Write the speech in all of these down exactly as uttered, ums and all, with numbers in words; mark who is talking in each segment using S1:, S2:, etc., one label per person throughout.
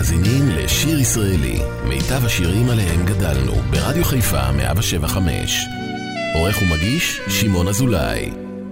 S1: מאזינים לשיר ישראלי, מיטב השירים עליהם גדלנו, ברדיו חיפה מאה שבע חמש. עורך ומגיש שמעון אזולאי.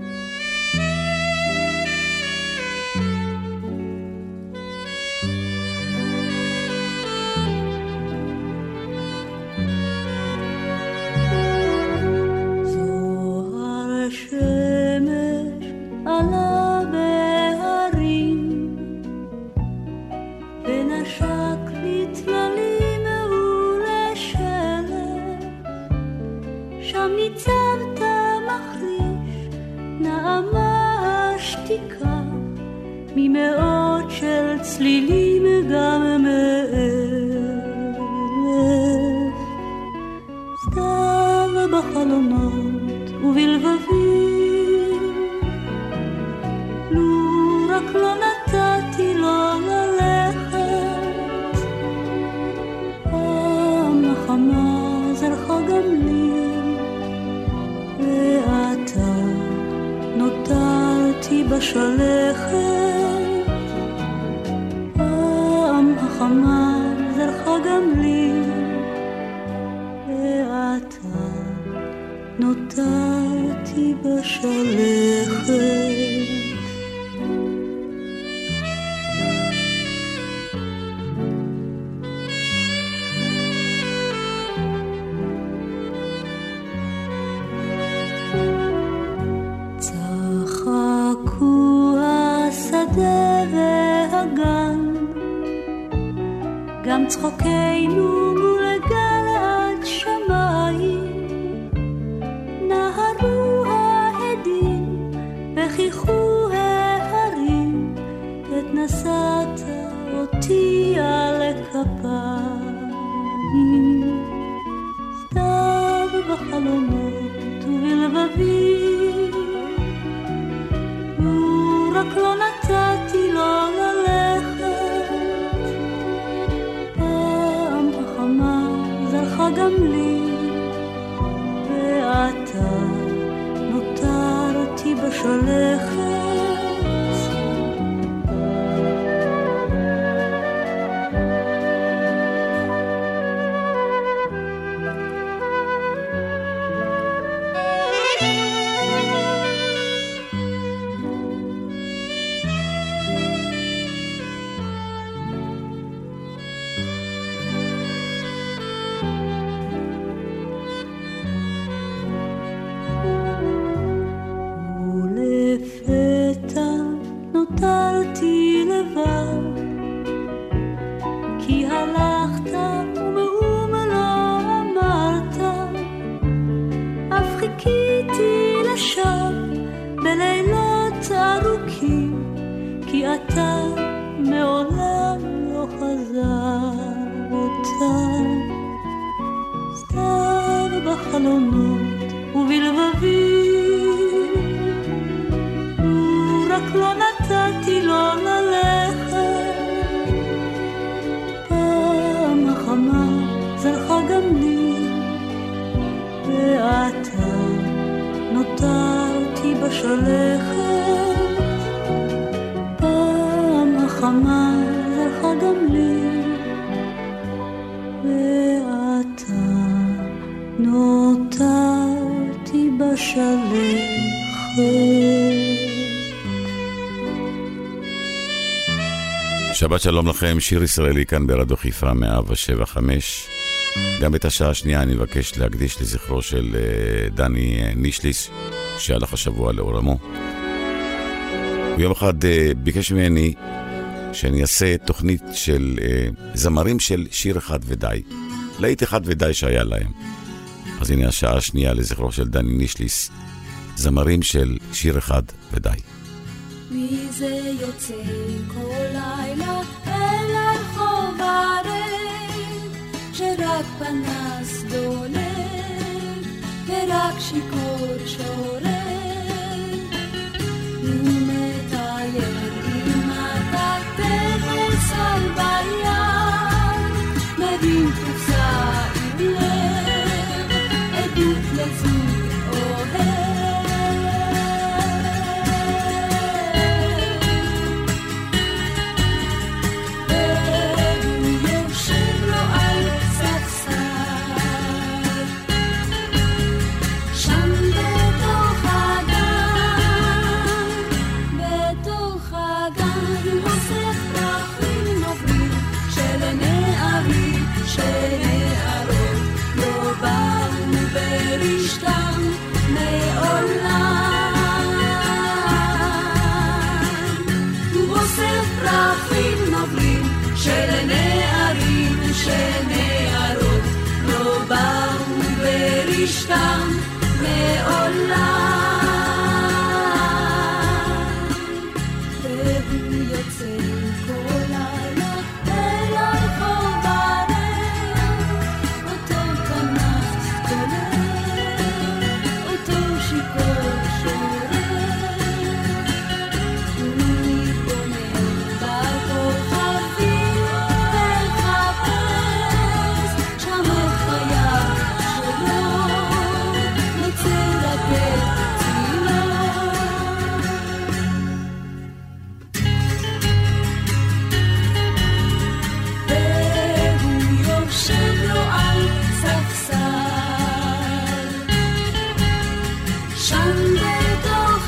S2: גם צחוקנו מול גלת שמיים, נהרו העדים וחיכו ההרים, את נשאת אותי על כפיים. סתיו בחלומות ובלבבי, ורק לא נתתי לו ללכת. גם לי ואתה נותרתי בשלכת.
S3: שבת שלום לכם, שיר ישראלי כאן ברדיו חיפה מאה שבע חמש. גם את השעה השנייה אני מבקש להקדיש לזכרו של דני נישליס שהלך השבוע לעולמו. ויום אחד ביקש ממני שאני אעשה תוכנית של זמרים של שיר אחד ודי, להיט אחד ודי שהיה להם. אז הנה השעה השנייה לזכרו של דני נישליס, זמרים של שיר אחד ודי.
S2: מי זה יוצא כל לילה אל הרחוב הרב, שרק פנס דולק ורק שיקור שורק, ומטייל עם התחתך על ביד, מרים תפסה עם לב, עדות לזוג אוהב. We'll be right back. שנערות לא באו ברשתם מעולם. והוא יוצא כל לילה אל הרחוב בערב, אותו תנ"ך גולל, אותו שיכור שורר, הוא מתבונן בכוכבים ומחפש שם את חייו שלו, מוצא לתת צילו. והוא יושב לו על ספסל, שם בתוך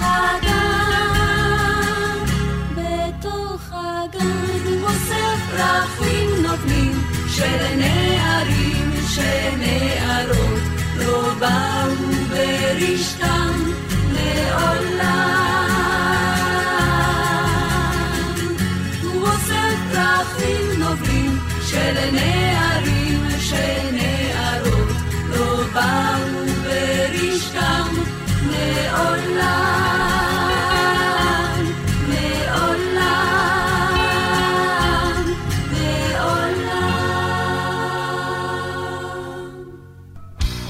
S2: הגן, בתוך הגן הוא אוסף פרחים נופלים של נערים שנערות לא באו ברשתם לעולם. הוא אוסף פרחים נופלים של נערים שנערות לא באו ברשתם לעולם, לעולם, לעולם.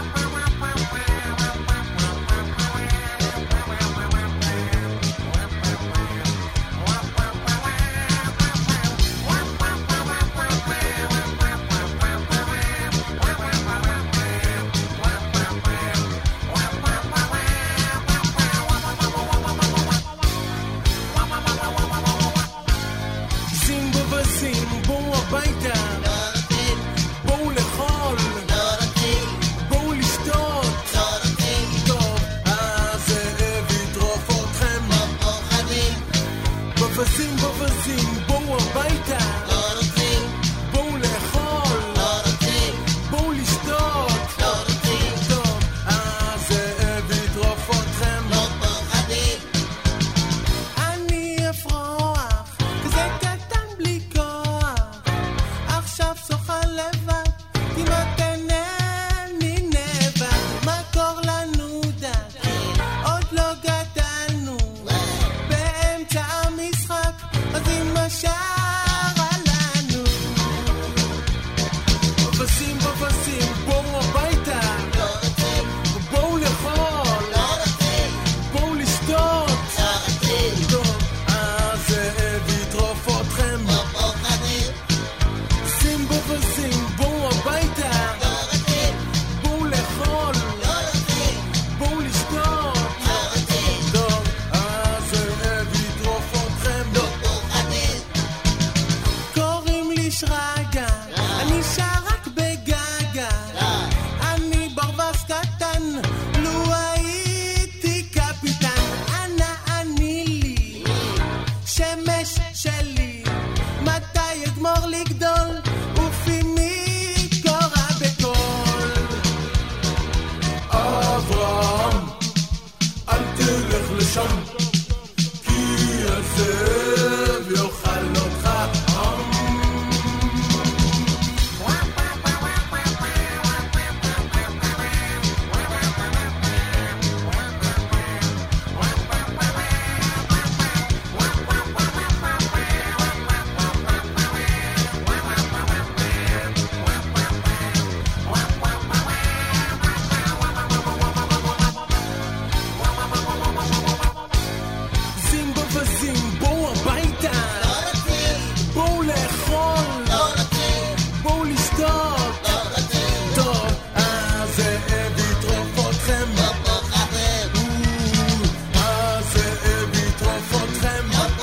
S4: זימבו וזימבו הביתה, בואו לאכול, בואו לשתות, טוב, הזאב יטרוף אתכם. בבזימבו וזימבו הביתה, בואו לאכול, בואו לשתות, טוב, הזאב יטרוף אתכם. אני אפרוח, כזה קטן בלי כוח, עכשיו שוחה לבד, כמעט אינני נבד. מקור לנו דק, עוד לא גדלנו, באמצע המשחק, אז אמא שרה לנו. בבסים בבסים בואו הביתה, בואו לאכול, בואו לשתות, טוב, הזאב יטרוף אתכם. שים בבסים בואו הביתה, בואו לאכול, בואו לשתות, טוב, הזאב יטרוף אתכם. קוראים לי שרגא, אני שר רק בגגה, אני ברווז קטן, לו הייתי קפיטן. אנא עני לי, שמש שלי, מתי אגמור לגדול, ופיני קורא בקול. אברהם, אל תלך לשם, כי הזאב יאכל אותך. זימבו וזימבו הביתה, בואו לאכול, בואו לשתות, טוב, הזאב יטרוף אתכם. הזאב יטרוף אתכם,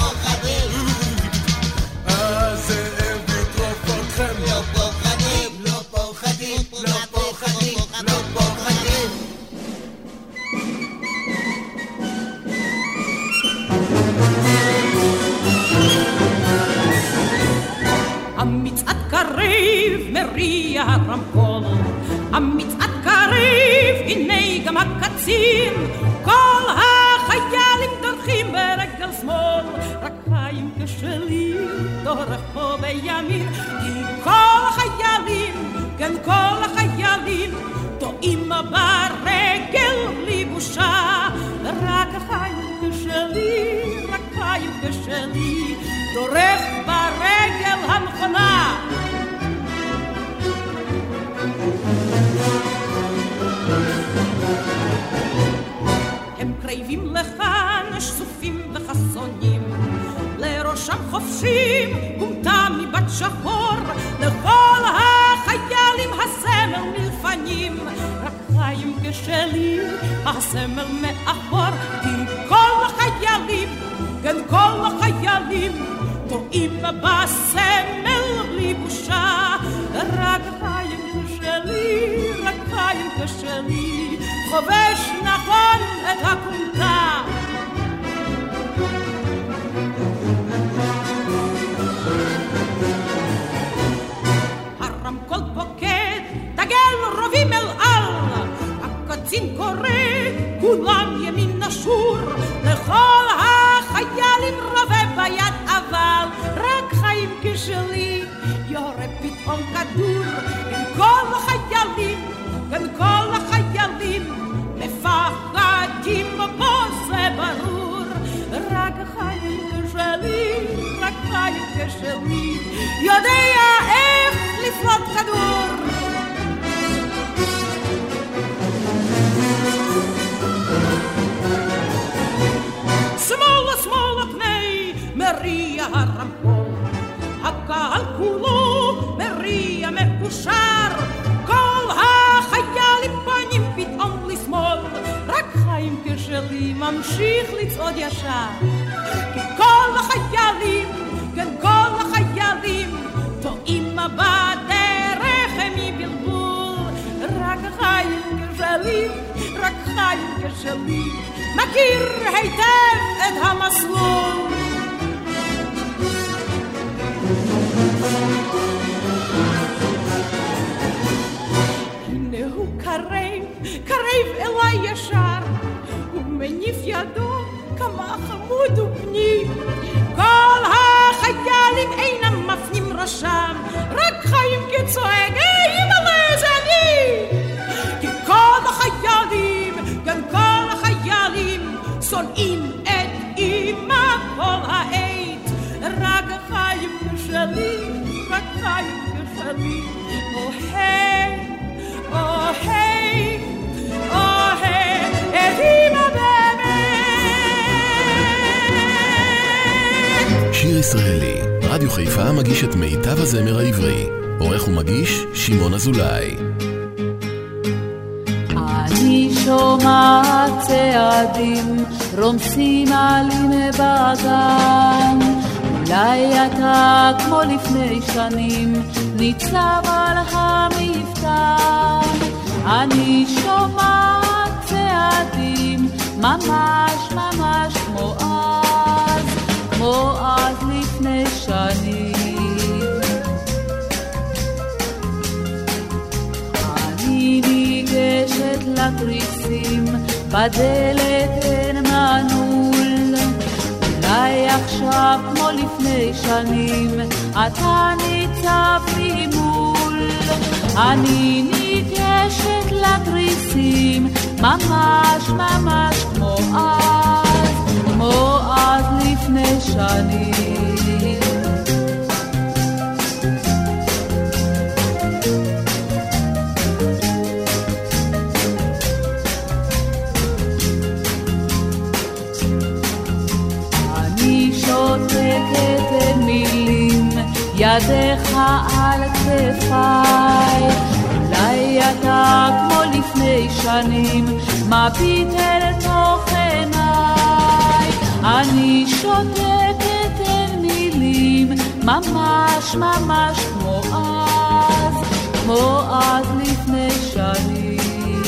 S4: הזאב יטרוף אתכם. לא פוחדים, לא פוחדים, לא פוחדים, לא פוחדים.
S5: המצעד קריב מריע הרמקול, המצעד קריב, הנה גם הקצין, כל החיילים דורכים ברגל שמאל, רק חיים כשלי דורך פה בימין, כי כל החיילים כן כל החיילים טועים ברגל בלי בושה, רק החיים שלי, רק החיים שלי דורך ברגל המכונה. הם קרבים לכאן שזופים וחסונים, לראשם חופשים גומתה מבת שחור, לכל החיילים הסמל מלפנים, רק חיים כשלי הסמל מאחור. כי כל החיילים, כן כל החיילים טועים בסמל בלי בושה, רק חיים כשלי, רק חיים כשלי חובש נכון את הכומתה. הרמקול פוקד, דגל רובים אל על, הקצין קורא, כולם ימין נשור, לכל החיילים רובה ביד, אבל רק חיים כשלי יורה פתאום כדור. כן כל החיילים, כן כל החיילים מפחדים בו, זה ברור, רק חיים כשלי, רק חיים כשלי יודע איך לפלוט כדור. שמאלה שמאלה פני מריע הרמקול, הקהל כולו מריע מאושר, כל החיילים פנים פתאום לשמאל, רק חיים כשלי ממשיך לצעוד ישר. כי כל החיילים, כן כל החיילים טועים בדרך מבלבול, רק חיים כשלי, רק חיים כשלי מכיר היטב את המסלול. הנה הוא קרב, קרב אליי ישר, הוא מניף ידו כמה חמוד ובני. כל החיילים אינם מפנים ראשם, רק חיים כצועק, היי אמא זה אני. כי כל החיילים, גם כל החיילים שונאים את אמא כל העת, רק חיים כשלי, רק חיים כשלי אוהב, אוהב, אוהב את אמא באמת.
S1: שיר ישראלי, רדיו חיפה מגיש את מיטב הזמר העברי. עורך ומגיש שמעון אזולאי.
S2: אני שומעת צעדים רומסים עלים בגן, אולי אתה כמו לפני שנים ניצב על המפתן. אני שומעת צעדים ממש ממש כמו אז, כמו אז לפני שנים. אני ניגשת לתריסים, בדלת אין מנעול, אולי עכשיו כמו לפני שנים אתה ניצב ממול. אני ניגשת לתריסים ממש ממש כמו אז, כמו אז לפני שנים. שותקת את מילים, ידך על כתפיי, אולי אתה כמו לפני שנים מביט אל תוך עיניי. אני שותקת את מילים ממש ממש כמו אז, כמו אז לפני שנים.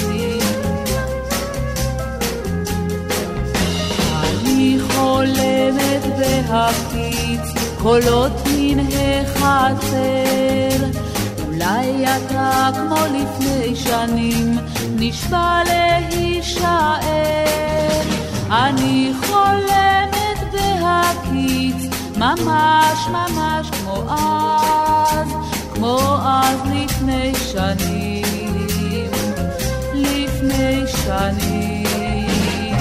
S2: אני חולמת בהקיץ קולות מן החצר, אולי אתה כמו לפני שנים נשבע להישאר. אני חולמת בהקיץ ממש ממש כמו אז, כמו אז לפני שנים. שנים,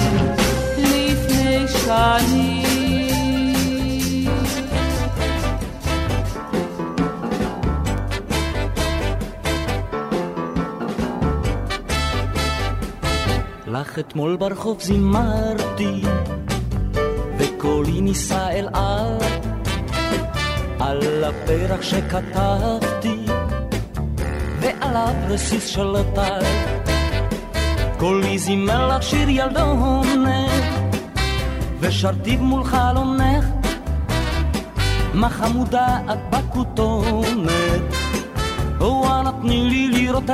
S2: לפני שנים.
S6: לך אתמול ברחוב זימרתי וקולי ניסה אל על על הפרח שכתבתי ועליו רסיס של טל קולי זימר לך שיר ילדונת ושרתי מול חלונך מה חמודה את בכותונת וואנה תני לי לראותך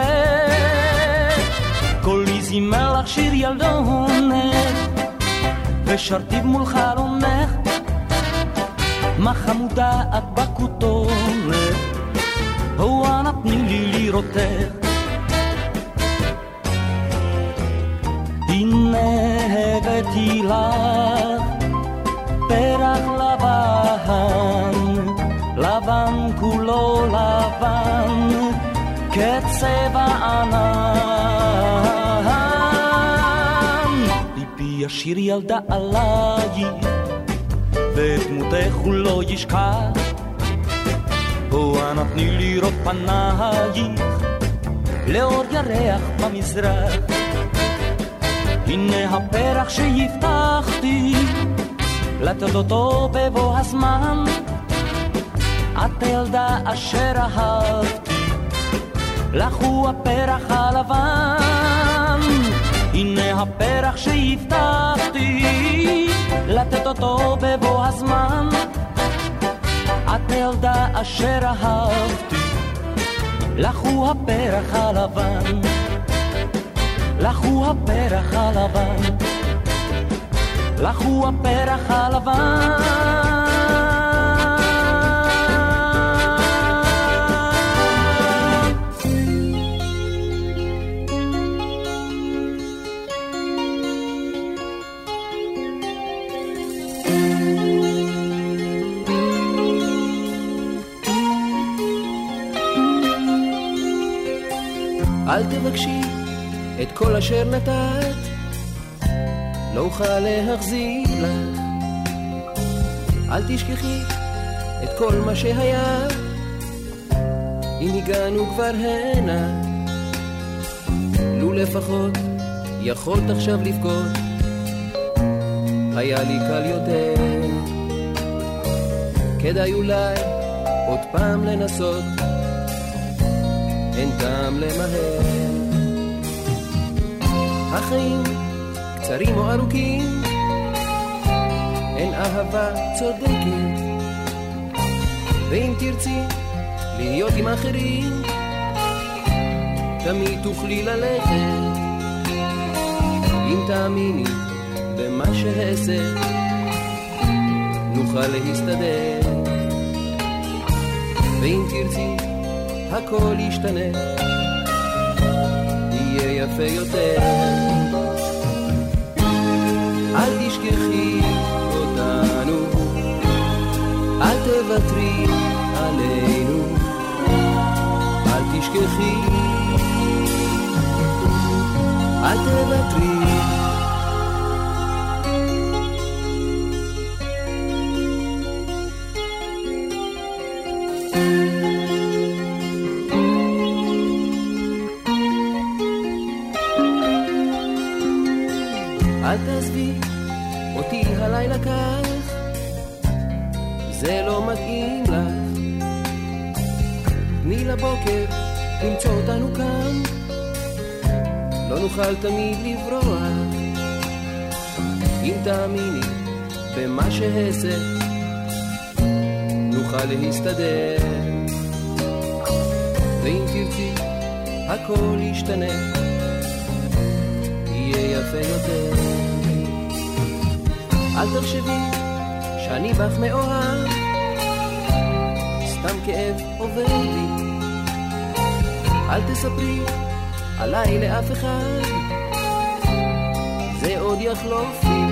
S6: קולי זימר לך שיר ילדונת ושרתי מול חלונך מה חמודה את בכותונת וואנה תני לי לראותך הנה הבאתי לך פרח לבן לבן כולו לבן כצבע ענן ליבי ישיר ילדה עליי ודמותך הוא לא ישכח בוא נתני לראות פנייך לאור ירח במזרח הנה הפרח שהבטחתי לתת אותו בבוא הזמן את ילדה אשר אהבתי לך הוא הפרח הלבן הנה הפרח שהבטחתי לתת אותו בבוא הזמן את ילדה אשר אהבתי לך הוא הפרח הלבן לך הוא הפרח הלבן לך הוא הפרח הלבן
S7: אל תבקשי את כל אשר נתת לא אוכל להחזיר לך אל תשכחי את כל מה שהיה אם הגענו כבר הנה לו לפחות יכולת עכשיו לבכות היה לי קל יותר כדאי אולי עוד פעם לנסות אין טעם למהר החיים קצרים או ארוכים אין אהבה צודקת ואם תרצי להיות עם אחרים תמיד תוכלי ללכת אם תאמיני במה שעשה נוכל להסתדר ואם תרצי הכל ישתנה יהיה יפה יותר אל תשכחי אותנו אל תוותרי עלינו אל תשכחי אל תוותרי אל תעזבי אותי הלילה כך זה לא מתאים לך תני לבוקר למצוא אותנו כאן לא נוכל תמיד לברוח אם תאמיני במה שעשה נוכל להסתדר ואם תרצי הכל ישתנה יהיה יפה יותר אל תחשבי שאני בך מאוהב סתם כאב עובר לי אל תספרי עליי לאף אחד זה עוד יחלוף לי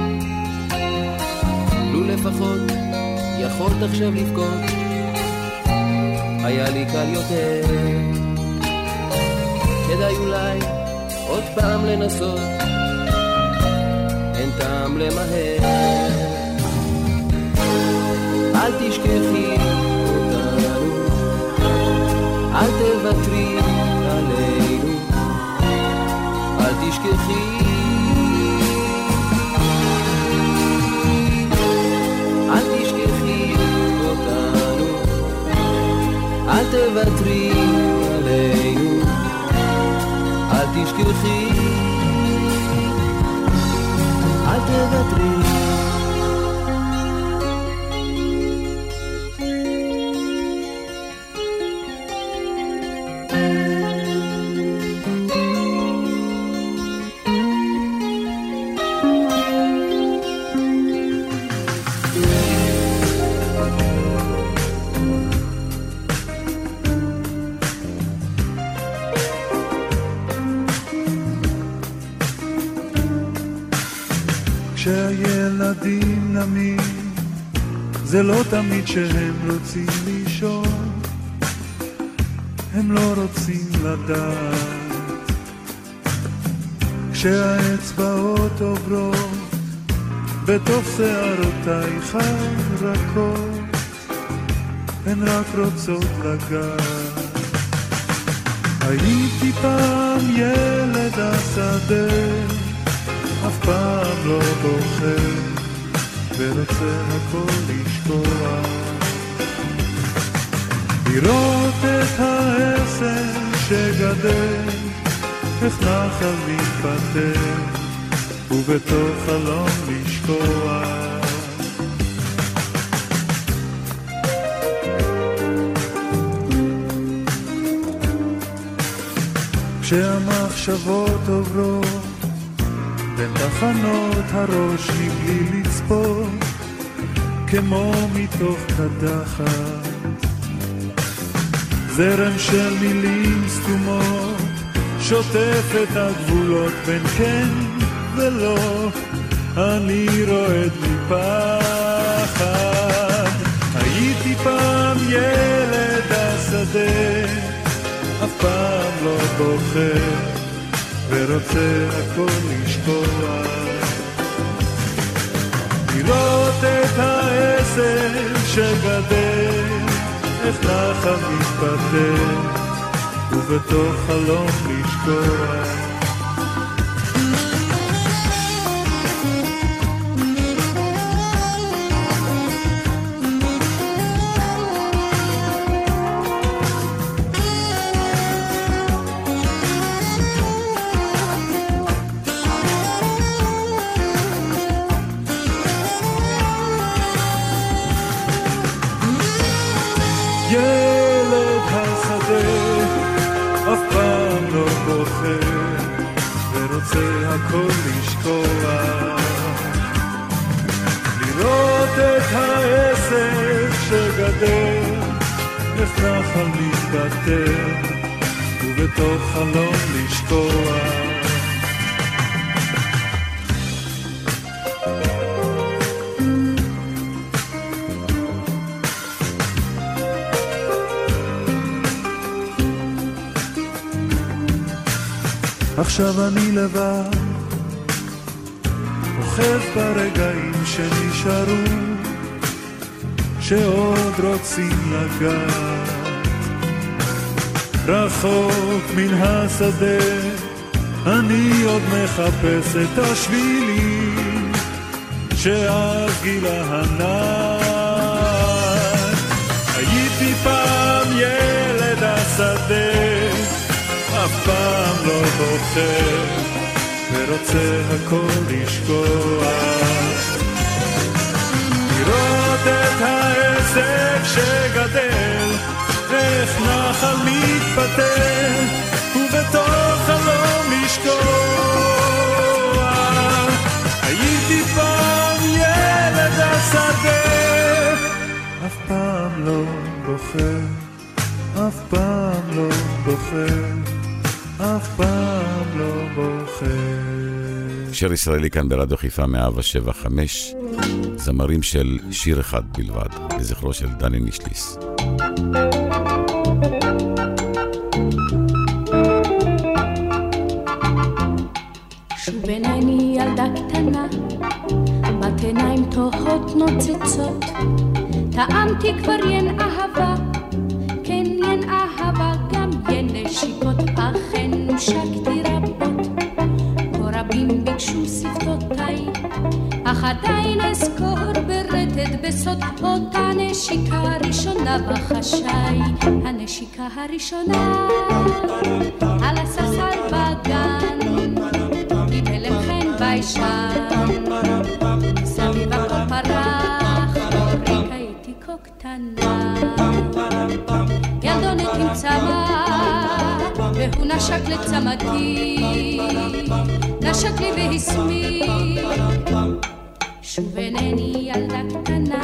S7: לו לפחות יכולת עכשיו לבכות היה לי קל יותר כדאי אולי עוד פעם לנסות אין טעם למהר. אל תשכחי אותנו, אל תוותרי עלינו, אל תשכחי, אל תשכחי אותנו, אל תוותרי עלינו, אל תשכחי, אל תוותרי.
S8: כשהילדים נמים זה לא תמיד שהם רוצים לישון, הם לא רוצים לדעת. כשהאצבעות עוברות בתוך שערותייך הרכות, הן רק רוצות לגעת. הייתי פעם ילד השדה, אף פעם לא בוחר ורוצה הכל לשכוח, לראות את העשר שגדל, איך נחל מתפתח ובתוך חלום לשכוח. כשהמחשבות עוברות בין תחנות הראש מבלי לצפות, כמו מתוך קדחת, זרם של מילים סתומות שוטף את הגבולות בין כן ולא, אני רועד מפחד. הייתי פעם ילד השדה, אף פעם לא בוחר ורוצה הכל לשכוח, לראות את העשר שגדל, איך נחל מתפתח ובתוך חלום לשכוח. ילד השדה אף פעם לא בוחר ורוצה הכל לשכוח, לראות את העסק שגדל, איך נחל מתפתח ובתוך חלום לשכוח. עכשיו אני לבד, אוחז ברגעים שנשארו, שעוד רוצים לגעת. רחוק מן השדה, אני עוד מחפש את השבילים, שאז גילה הנעת. הייתי פעם ילד השדה, אף פעם לא בוחר ורוצה הכל לשכוח, לראות את העסק שגדל, איך נחל מתפתח ובתוך חלום לשכוח. הייתי פעם ילד השדה, אף פעם לא בוחר, אף פעם לא בוחר, אף פעם לא בוחר.
S3: שיר ישראלי כאן ברדיו חיפה מאה שבע חמש, זמרים של שיר אחד בלבד, לזכרו של דני נישליס.
S2: שוב אני ילדה קטנה,
S9: טעמתי כבר ין אהבה, כן ין אהבה, גם ין נשיקות, אכן נושקתי רבות. כה רבים ביקשו שפתותיי, אך עדיין אזכור ברטט בסוד אותה נשיקה ראשונה בחשאי. הנשיקה הראשונה על הספסל בגן, עם הלם חן ביישן, מסביב הכל פרח, ריקה הייתי כה קטנה. ילדונת עם צמא, והוא נשק לצמתי, נשק לי והסמיק. שוב אינני ילדה קטנה,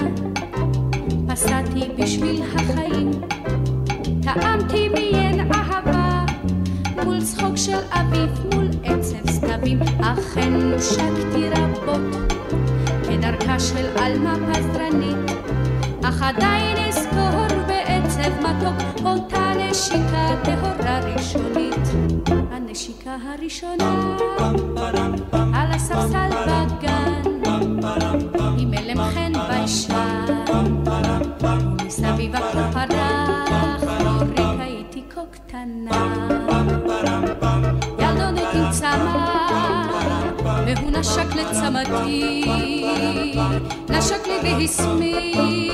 S9: פסעתי בשביל החיים, טעמתי מיין אהבה, מול צחוק של אביב, מול עצב סתבים, אכן נושקתי רבות, כדרכה של אלמה פזרנית, אך עדיין אזכור בעצב מתוק, אותה נשיקה טהורה ראשונית. הנשיקה הראשונה על הספסל בגן, עם הלם חן ביישן, ומסביב הכל פרח, ריקה הייתי כה קטנה. ילדונת עם צמא, והוא נשק לצמתי, נשק לי והסמיק.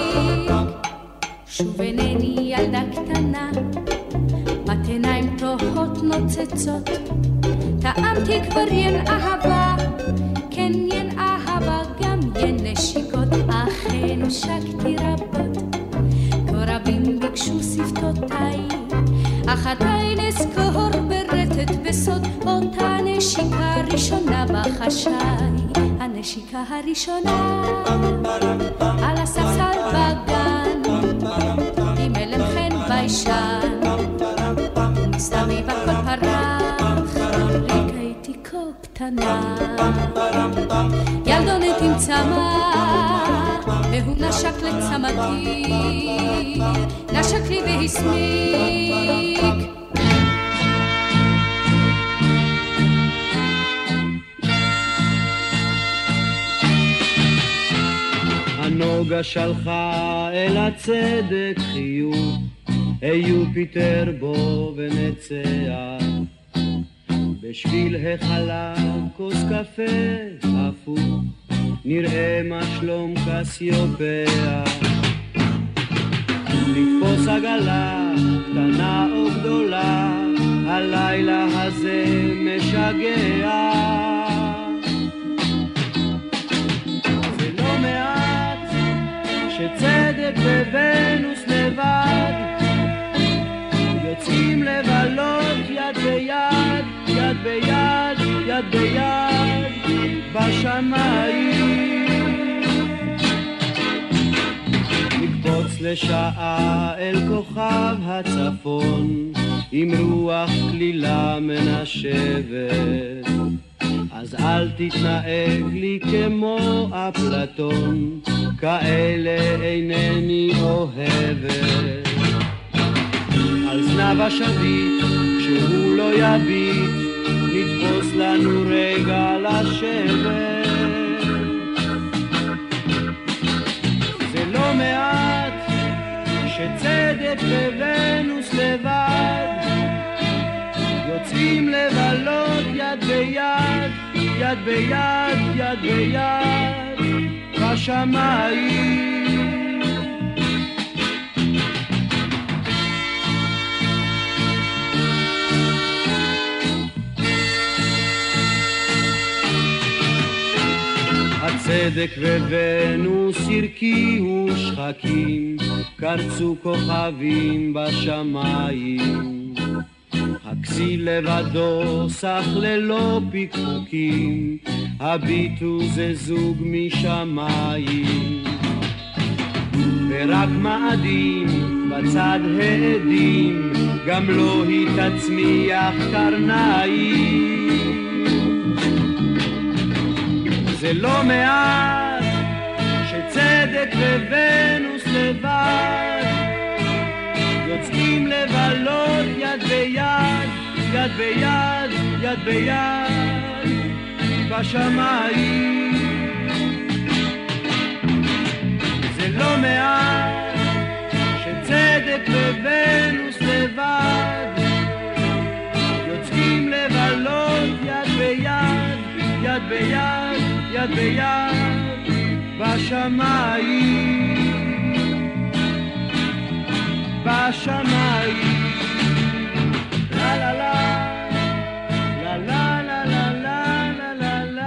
S9: שוב אינני ילדה קטנה, בת עיניים תוהות נוצצות, טעמתי כבר ין אהבה, כן ין אהבה, גם ין נשיקות, אכן נושקתי רבות. כה רבים ביקשו שפתותיי, אך עדיין אזכור ברטט בסוד אותה נשיקה ראשונה בחשאי. הנשיקה הראשונה על הספסל בגן, עם הלם חן ביישן, מסביב הכל פרח, ריקה הייתי כה קטנה. ילדונת עם צמא, והוא נשק לצמתי, נשק לי והסמיק.
S10: הנוגה שלחה אל הצדק חיוך, היו פיטר בו ונצח, בשביל החלה כוס קפה הפוך, נראה מה שלום קסיופיה. לתפוס עגלה קטנה או גדולה, הלילה הזה משגע. זה לא מעט שצדק וונוס לבד, יוצאים לבלות יד ביד, יד ביד, יד ביד, בשמיים. נקפוץ לשעה אל כוכב הצפון, עם רוח כלילה מנשבת, אז אל תתנהג לי כמו אפלטון, כאלה אינני אוהבת. על זנב השביט שהוא לא יביט, נתפוס לנו רגע לשבת. זה לא מעט שצדק וונוס לבד, יוצאים לבלות יד ביד, יד ביד, יד ביד, בשמיים. הצדק וונוס הרקיעו שחקים, קרצו כוכבים בשמיים. הכסיל לבדו סך ללא פיקפוקים, הביטו זה זוג משמיים. ורק מאדים בצד העדים, גם לא היא תצמיח קרניים. זה לא מעט שצדק וונוס לבד, יוצאים לבלות יד ביד, יד ביד, יד ביד, בשמיים. זה לא מעט שצדק וונוס לבד יוצאים לבלות יד ביד, יד ביד, יד ביד בשמיים, בשמיים. לה לה לה לה לה לה לה לה לה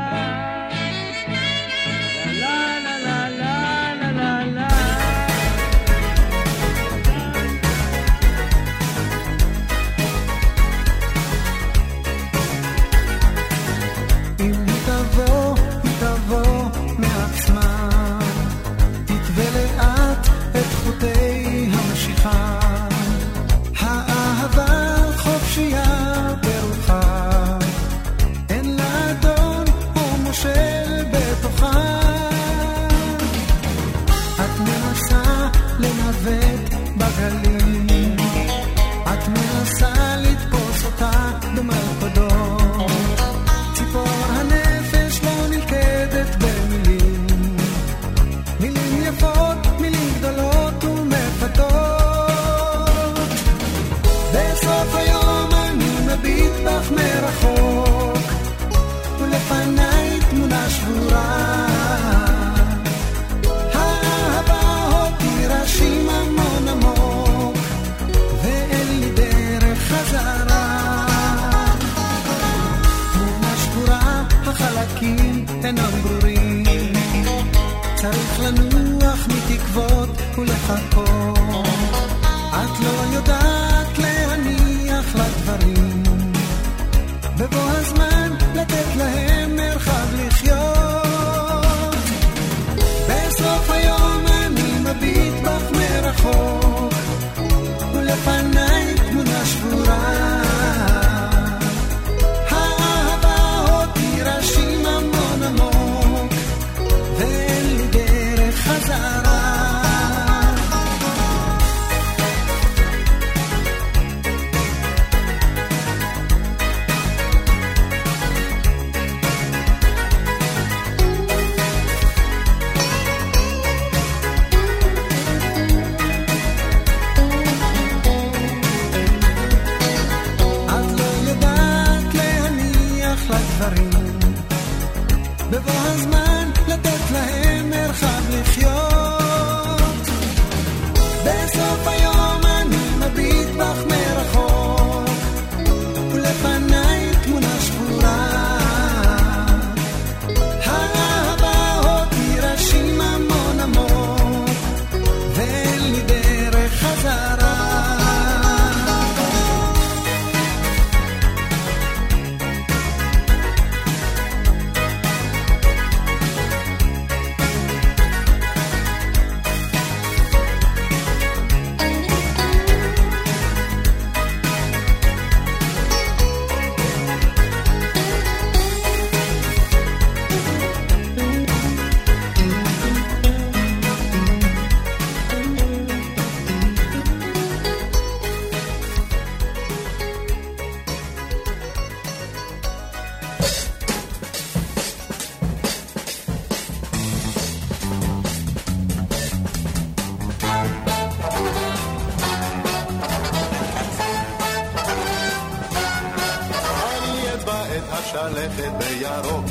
S11: השלכת בירוק,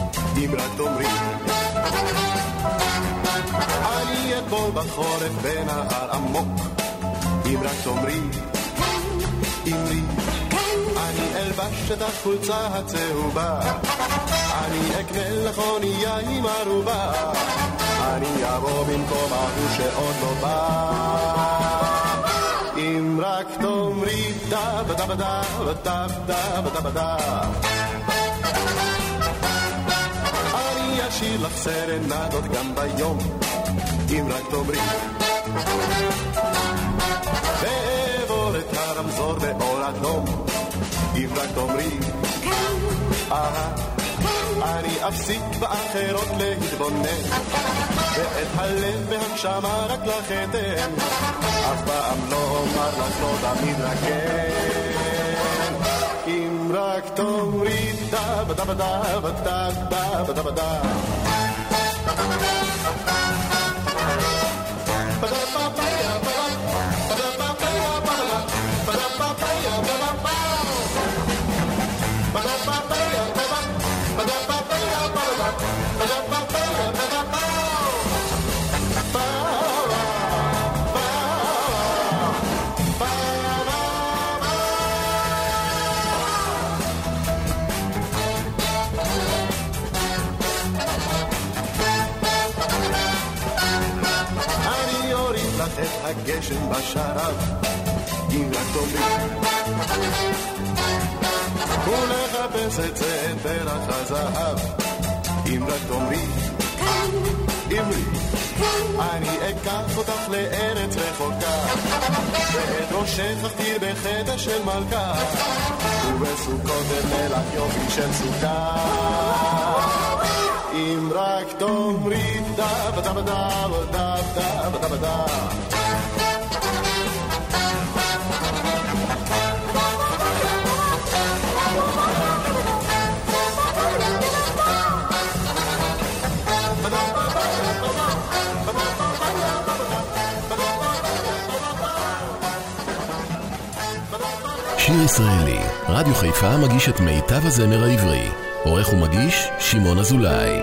S11: אם רק תאמרי. אני אתבול בחורף בנהר עמוק, אם רק תאמרי. אמרי, אני אלבש את החולצה הצהובה, אני אקנה לך אונייה עם ערובה, אני אבוא במקום ההוא שעוד לא בא. אם רק תאמרי דה בדה בדה בדה בדה בדה בדה, אני אשיר לך סרנדות גם ביום, אם רק תאמרי. ואעבור את הרמזור באור אדום, אם רק תאמרי. אהה, אני אפסיק באחרות להתבונן, ואת הלב והנשמה רק לך אתן, אף פעם לא אומר לך לא תמיד רק כן. אם רק תאמרי דה בדה בדה בדה בדה בדה בדה בדה בדה גשם בשרב, אם רק תאמרי ולחפש את זה את פרח הזהב, אם רק תאמרי אמרי, אני אקח אותך לארץ רחוקה, ואת ראשך אכתיר בחדר של מלכה, ובסוכות אתן לך יופי של סוכה. אם רק תאמרי דב דב דב דב דב דב דב.
S1: שיר ישראלי, רדיו חיפה מגיש את מיטב הזמר העברי. עורך ומגיש שמעון אזולאי.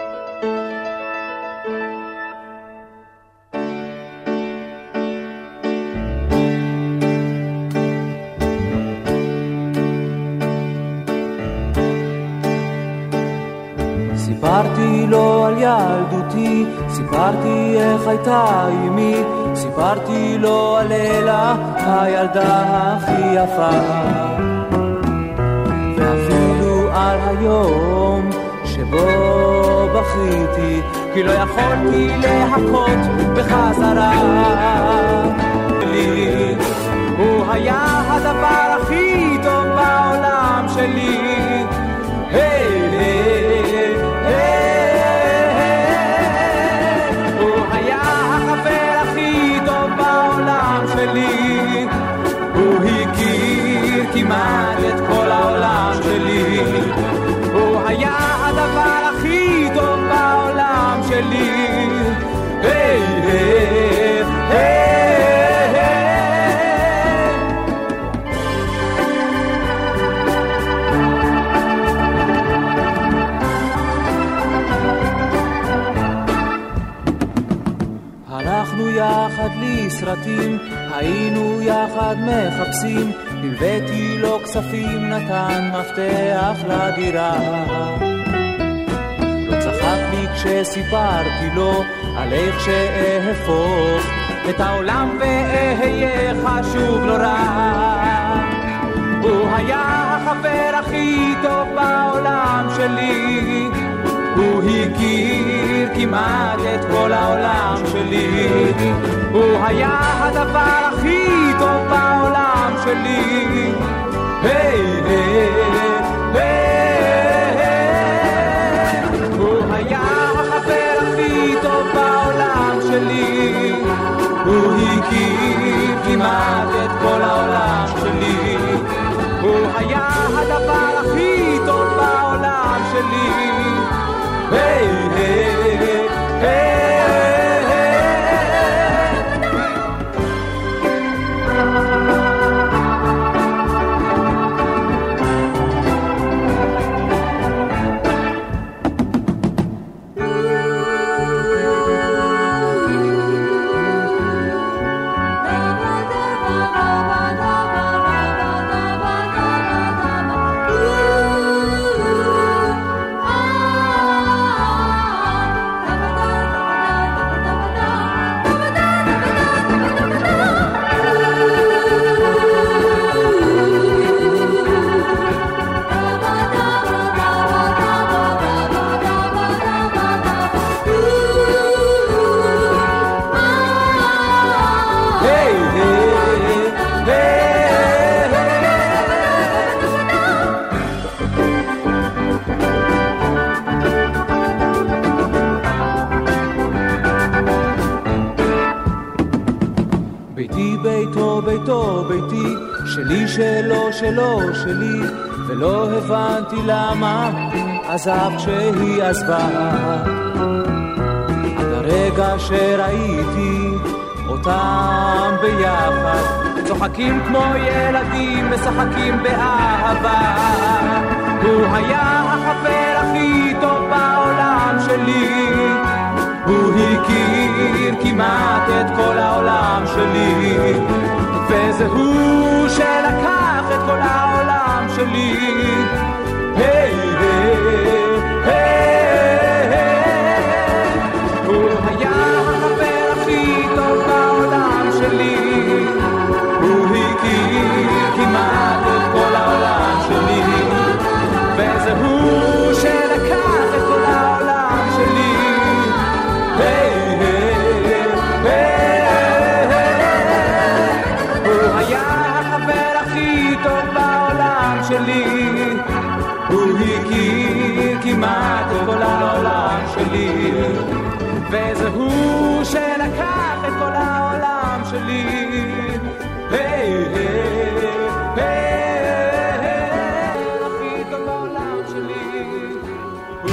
S6: סיפרתי לו על ילדותי, סיפרתי איך הייתה אמי, סיפרתי לו על לילה, הילדה הכי יפה, ואפילו על היום שבו בכיתי, כי לא יכולתי להכות בחזרה. לי הוא היה הדבר הכי טוב בעולם שלי. היי היי היי, הוא היה החבר הכי טוב בעולם שלי. הוא הכיר כמעט את כל העולם שלי. הוא היה הדבר הכי טוב בעולם שלי. היי היי היי, הלכנו יחד לסרטים, היינו יחד מחפשים, הלוויתי לו כספים, נתן מפתח לדירה. לא צחק לי כשסיפרתי לו על איך שאהפוך את העולם ואהיה חשוב לו רע. הוא היה החבר הכי טוב בעולם שלי. הוא הכיר כמעט את כל העולם שלי. הוא היה הדבר הכי טוב בעולם שלי. היי היי היי, הוא היה החבר הכי טוב בעולם שלי. הוא הכיר כמעט את כל העולם שלי. הוא היה הדבר הכי טוב בעולם שלי. היי היי היי, שלי שלו שלו שלי, ולא הבנתי למה עזב כשהיא עזבה. עד הרגע שראיתי אותם ביחד, צוחקים כמו ילדים, משחקים באהבה. הוא היה החבר הכי טוב בעולם שלי. הוא הכיר כמעט את כל העולם שלי. וזה הוא שלקח את כל העולם שלי. היי היי היי, הוא היה החבר הכי טוב בעולם שלי. שלי, הוא הכיר כמעט את כל העולם שלי, וזה הוא שלקח את כל העולם שלי. היי היי היי, הכי טוב בעולם שלי, הוא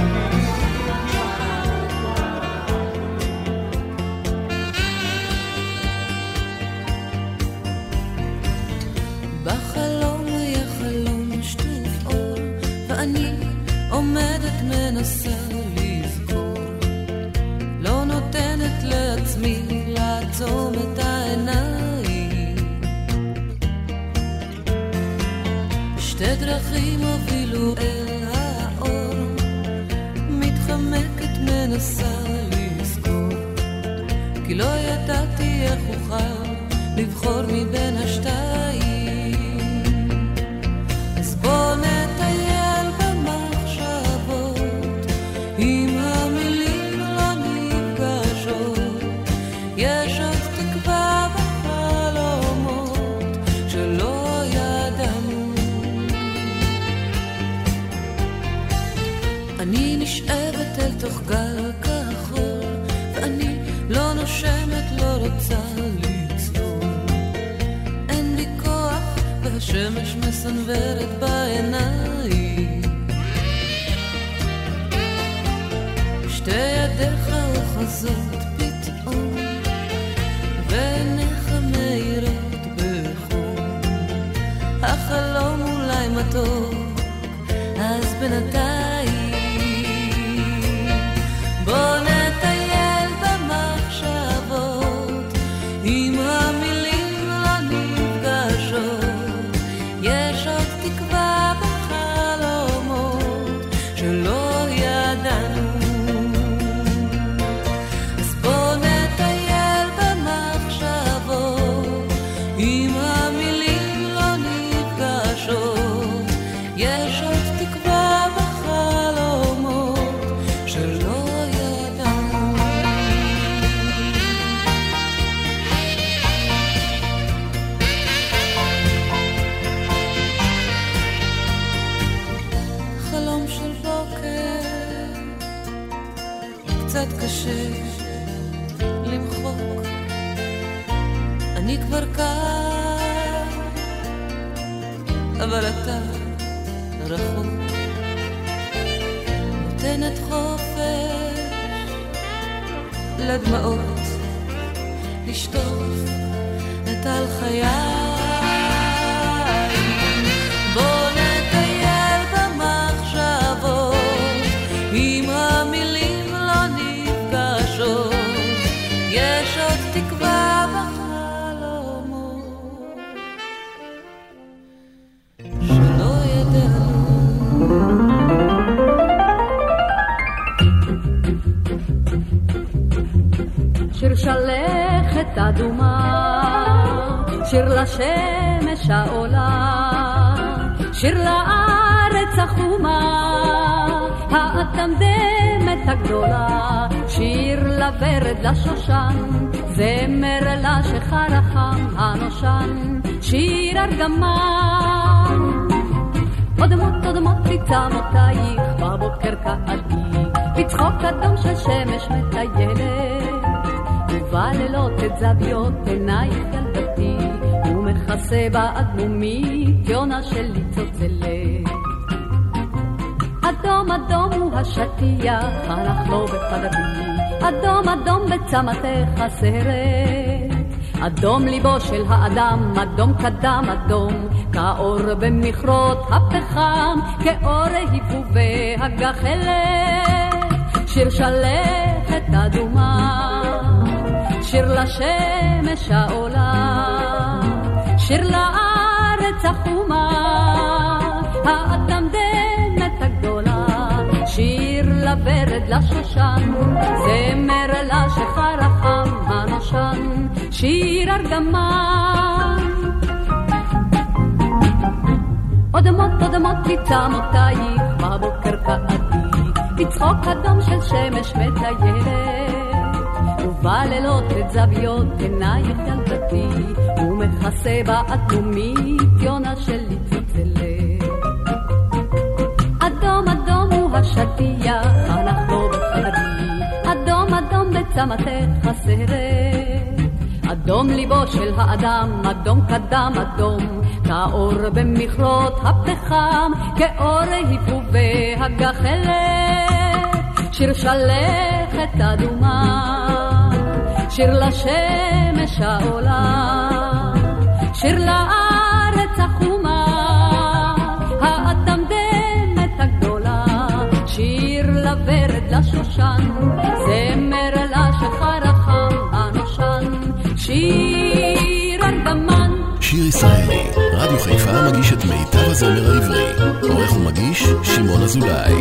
S12: בחלום היה חלום שטוף אור, ואני עומדת מנסה לזכור, לא נותנת לעצמי לעצום את העיניים. שתי דרכים הובילו אל האור, מתחמקת מנסה לזכור, כי לא ידעתי איך אוכל לבחור מבין השתיים. אז בוא נטייל במחשבות, אם המילים לא נפגשות, יש עוד תקווה בחלומות שלא ידענו. אני נשאבת אל תוך גל כחול, ואני לא נושמת, לא רוצה השמש מסנוורת בעיניים. שתי ידיך אוחזות פתאום, ועיניך מאירות בחום. החלום אולי מתוק, אז בינתיים בוא נטייל במחשבות, עם המילים לא נפגשות, יש עוד תקווה בחלומות שלא ידענו. אז בוא נטייל במחשבות, אם המילים לא נפגשות, יש עוד תקווה בחלומות שלא ידענו. חלום של בוקר, קצת קשה למחוק, אני כבר כאן, אבל אתה רחוק. נותנת חופש לדמעות, לשטוף את על חיי. בוא נטייל במחשבות, אם המילים לא נפגשות, יש עוד תקווה בחלומות שלא ידענו.
S2: שיר שלכת אדומה, שיר לשמש העולה, שיר לארץ החומה האטמדמת הגדולה, שיר לברד לשושן, זמר לשחר החם הנושן, שיר ארגמן. אודמות אודמות תצמותייך בבוקר כעדי, בצחוק אדום של שמש מטיילת, ובלילות את זוויות עינייך ילדתי, ומכסה באדמומית יונה שלי צוצלת. אדום אדום הוא השטיח, הלך לו בחדדי, אדום אדום בצמתך הסרט, אדום ליבו של האדם, אדום קדם אדום, כאור במכרות הפחם, כאור היפובי הגחלת. שיר שלכת אדומה, שיר לשמש העולה, שיר לארץ החומה האטמדמת הגדולה, שיר לברד לשושן, זמר לשחר החם הנושן, שיר ארגמן. אודמות אודמות תצמותייך בבוקר כעדי, בצחוק אדום של שמש מטיילת, ובלילות את זוויות עינייך ילדתי, ומכסה באטומית יונה שלי צוצלת. צמתך סהרת. אדום ליבו של האדם, אדום קדם אדום, כאור במכרות הפחם, כאור היפובי הגחלת. שיר שלכת אדומה, שיר לשמש העולה, שיר לארץ החומה, האטמדמת הגדולה. שיר לוורד לשושן, זמר לשחר החם הנושן, שיר ארגמן.
S1: שיר ישראלי, רדיו חיפה מגיש את מיטב הזמר העברי. עורך ומגיש שמעון אזולאי.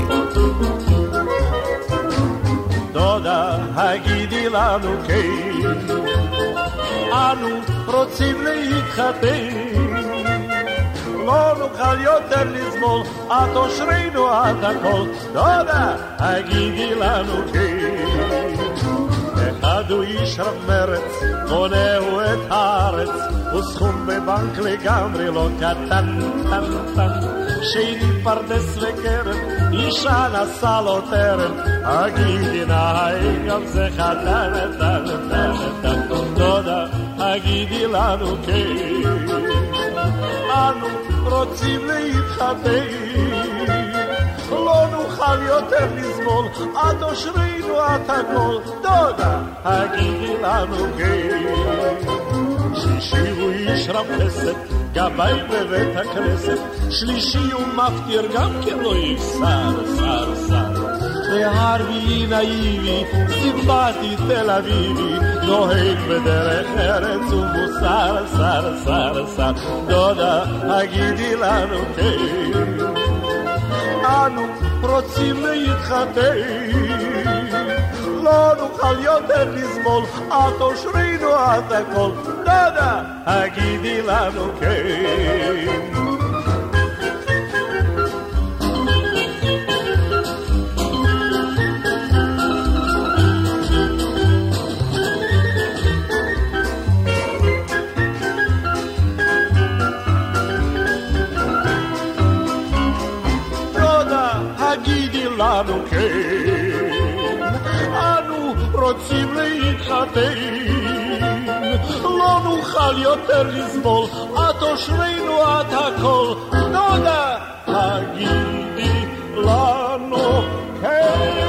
S11: דודה, הגידי לנו כן, אנו רוצים להתחתן, לא נוכל יותר לסבול, את אושרנו את הכל. דודה, הגידי לנו כן, אחד הוא איש רב מרץ, בונהו את הארץ, וסכום בבנק לגמרי לא קטן, טן, טן. שני פרדס וקרן, אישה נסע לו טרן, הגידי נהי גם זה חתן, טן, טן, טן. דודה, הגידי לנו כן, אנו רוצים להתחתן, לא נוכל יותר לסבול, את אושרנו את הכל. דודה, הגידי לנו כן. שישי הוא איש רב חסד, גבאי בבית הכנסת, שלישי הוא מפטיר גם כן לא יפסר, שר, שר. והרביעי נאיבי, סימפטי תל אביבי, נוהג בדרך ארץ ומוסר, שר, שר, שר. דודה, הגידי לנו כן, אנו רוצים להתחתן, לא נוכל יותר לסבול, את אושרנו את הכל. דודה, הגידי לנו כן. דודה, הגידי לנו כן, אנו רוצים להתחתן, לא נוכל יותר לסבול, את אושרנו את הכל. דודה, הגידי לנו כן.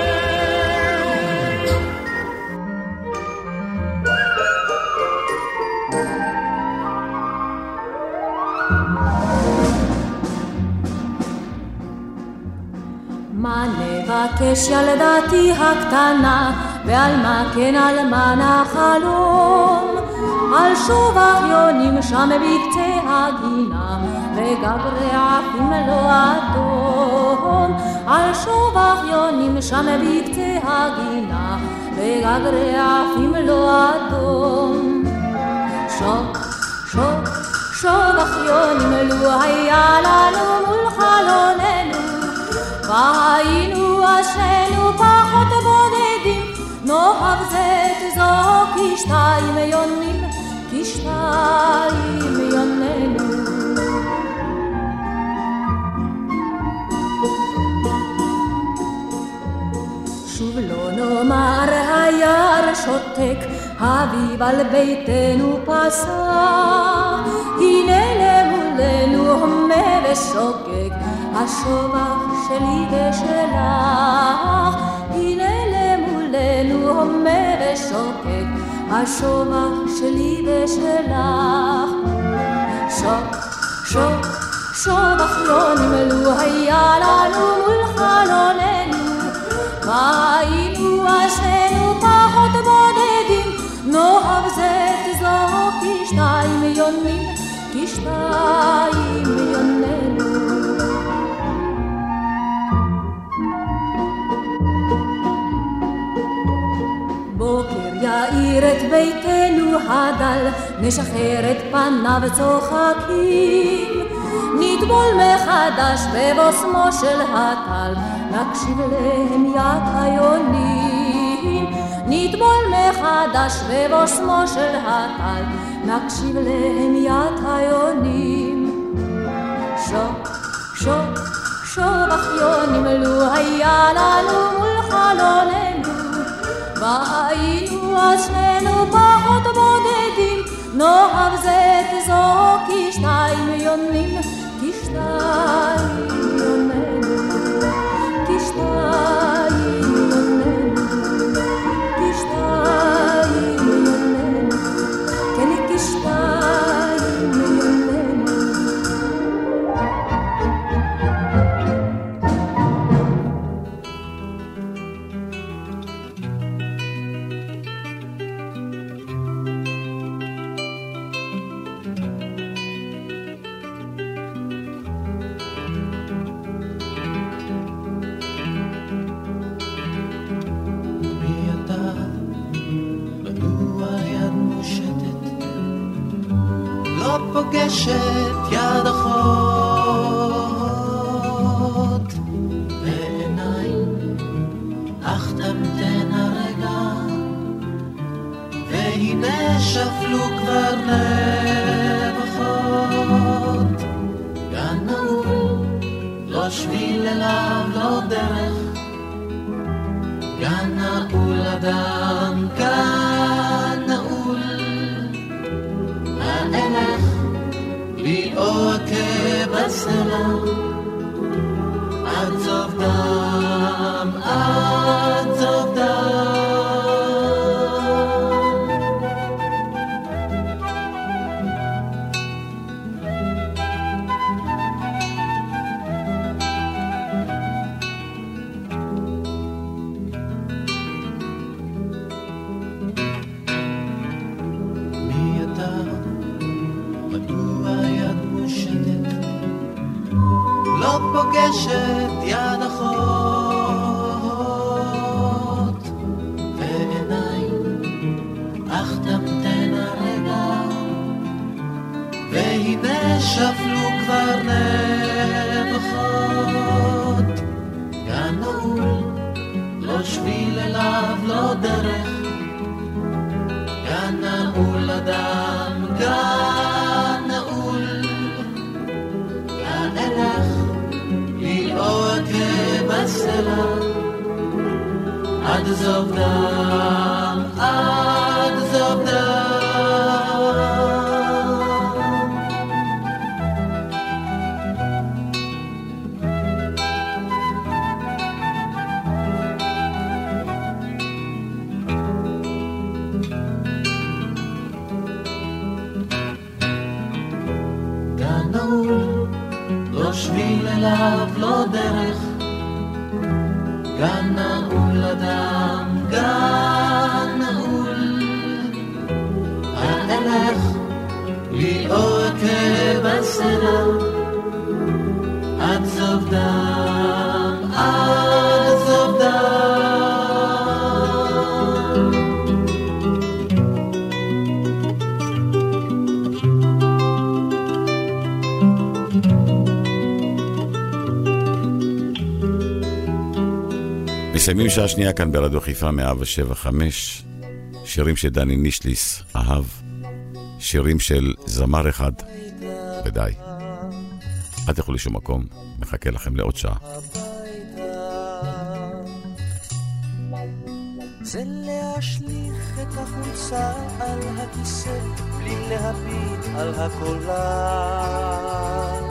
S12: מה נבקש ילדתי הקטנה, ועל מה כן על מה נחלום? על שוב אחיונים שם בקצה הגינה, וגברי עפים לא אדום. על שוב אחיונים שם בקצה הגינה, וגברי עפים לא אדום. שוק, שוק, שוב אחיונים לו היה לנו מול חלוננו, והיינו אשרנו פחות בודדים, נאהב זה את זו כשתיים יונים, כשתיים יוננו. שוב לא נאמר היער שותק, אביב על ביתנו פסע, הנה למולנו הומה ושוקק, השובח שלי ושלך. הנה למולנו הומה ושוקק, השובח שלי ושלך. שוק, שוק, שובח יונים לו היה לנו מול חלוננו, והיינו אשרנו פחות בודדים, נאהב זה את זו כשתיים יונים, כשתיים יוננו. בוקר יאיר את ביתנו הדל, נשחרר את פניו צוחקים, נטבול מחדש בבוסמו של הטל, נקשיב להם יד היונים. נטבול מחדש בבוסמו של הטל, נקשיב להם יד היונים. שוק, שוק, שוב אחיונים לו היה לנו מול חלוננו,
S2: והיינו אז שנינו פחות בודדים, נאהב זה את זו כשתיים יונים, כשתיים יוננו, כשתיים יוננו, כשתיים יוננו, כן כשתיים יוננו.
S13: פוגשת יד אחות בעיניים, אך תמתן הרגע, והנה שפלו כבר נבחות. גן נעול, לא שביל אליו, לא דרך, גן נעול אדם, גן נעול האלך ליאור כבסלע, עד סוף דם, עד סוף דם. פוגשת יד אחות ועיניים, אך תמתן הרגע, והנה שפלו כבר נבחות. גן נעול, לא שביל אליו, לא דרך, גן נעול אדם, גן נעול האלך ליאור כבסלע, עד סוף דם, עד סוף דם. גן נעול, לא שביל אליו, לא דרך, גן נעול אדם, גן נעול האלך ליאור כבסלע, עד סוף דם, עד סוף דם.
S3: מסיימים שעה שנייה כאן ברדיו חיפה מאה שבע חמש, שירים שדני נישליס אהב, שירים של זמר אחד, ודי. אל תלכו לשום מקום, מחכה לכם לעוד שעה.
S14: זה להשליך את החולצה על הכיסא בלי להביט על הקולה,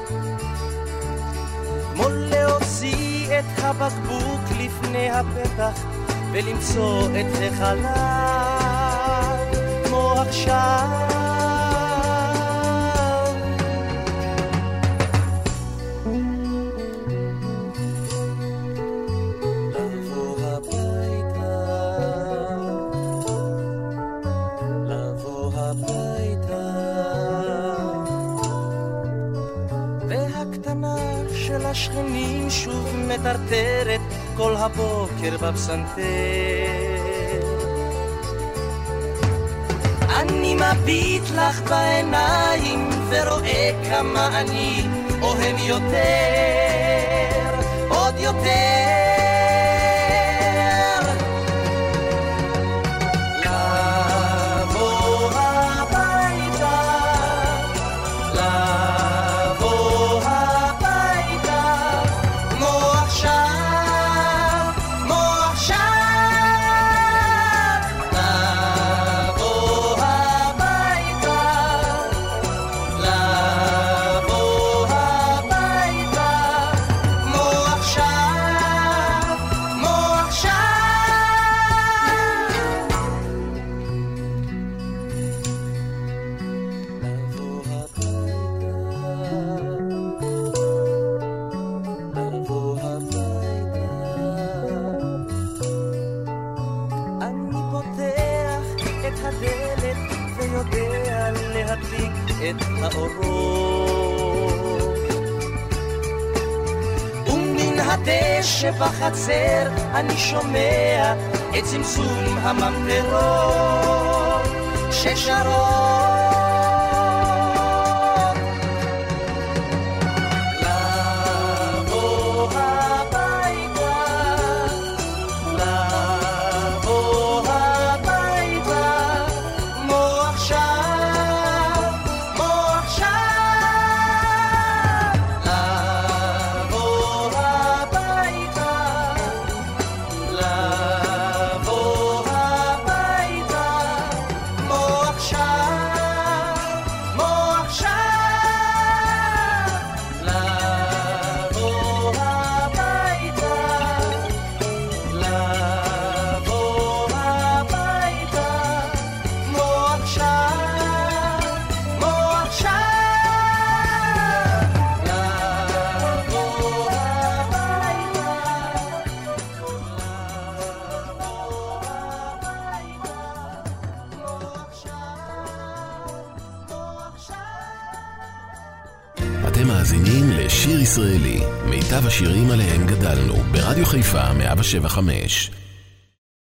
S14: כמו להוציא את הבקבוק לפני הפתח ולמצוא את החלל, כמו עכשיו לבוא הביתה, לבוא הביתה, והקטנה של השכנים שוב מטרטרת כל הבוקר בפסנתר. אני מביט לך בעיניים ורואה כמה אני אוהב יותר, עוד יותר. לבוא הביתה, לבוא הביתה, כמו עכשיו, כמו עכשיו. ומן הדשא בחצר אני שומע את צמצום הממטרות ששרות
S1: אתם מאזינים לשיר ישראלי, מיטב השירים עליהם גדלנו, ברדיו חיפה מאה שבע חמש.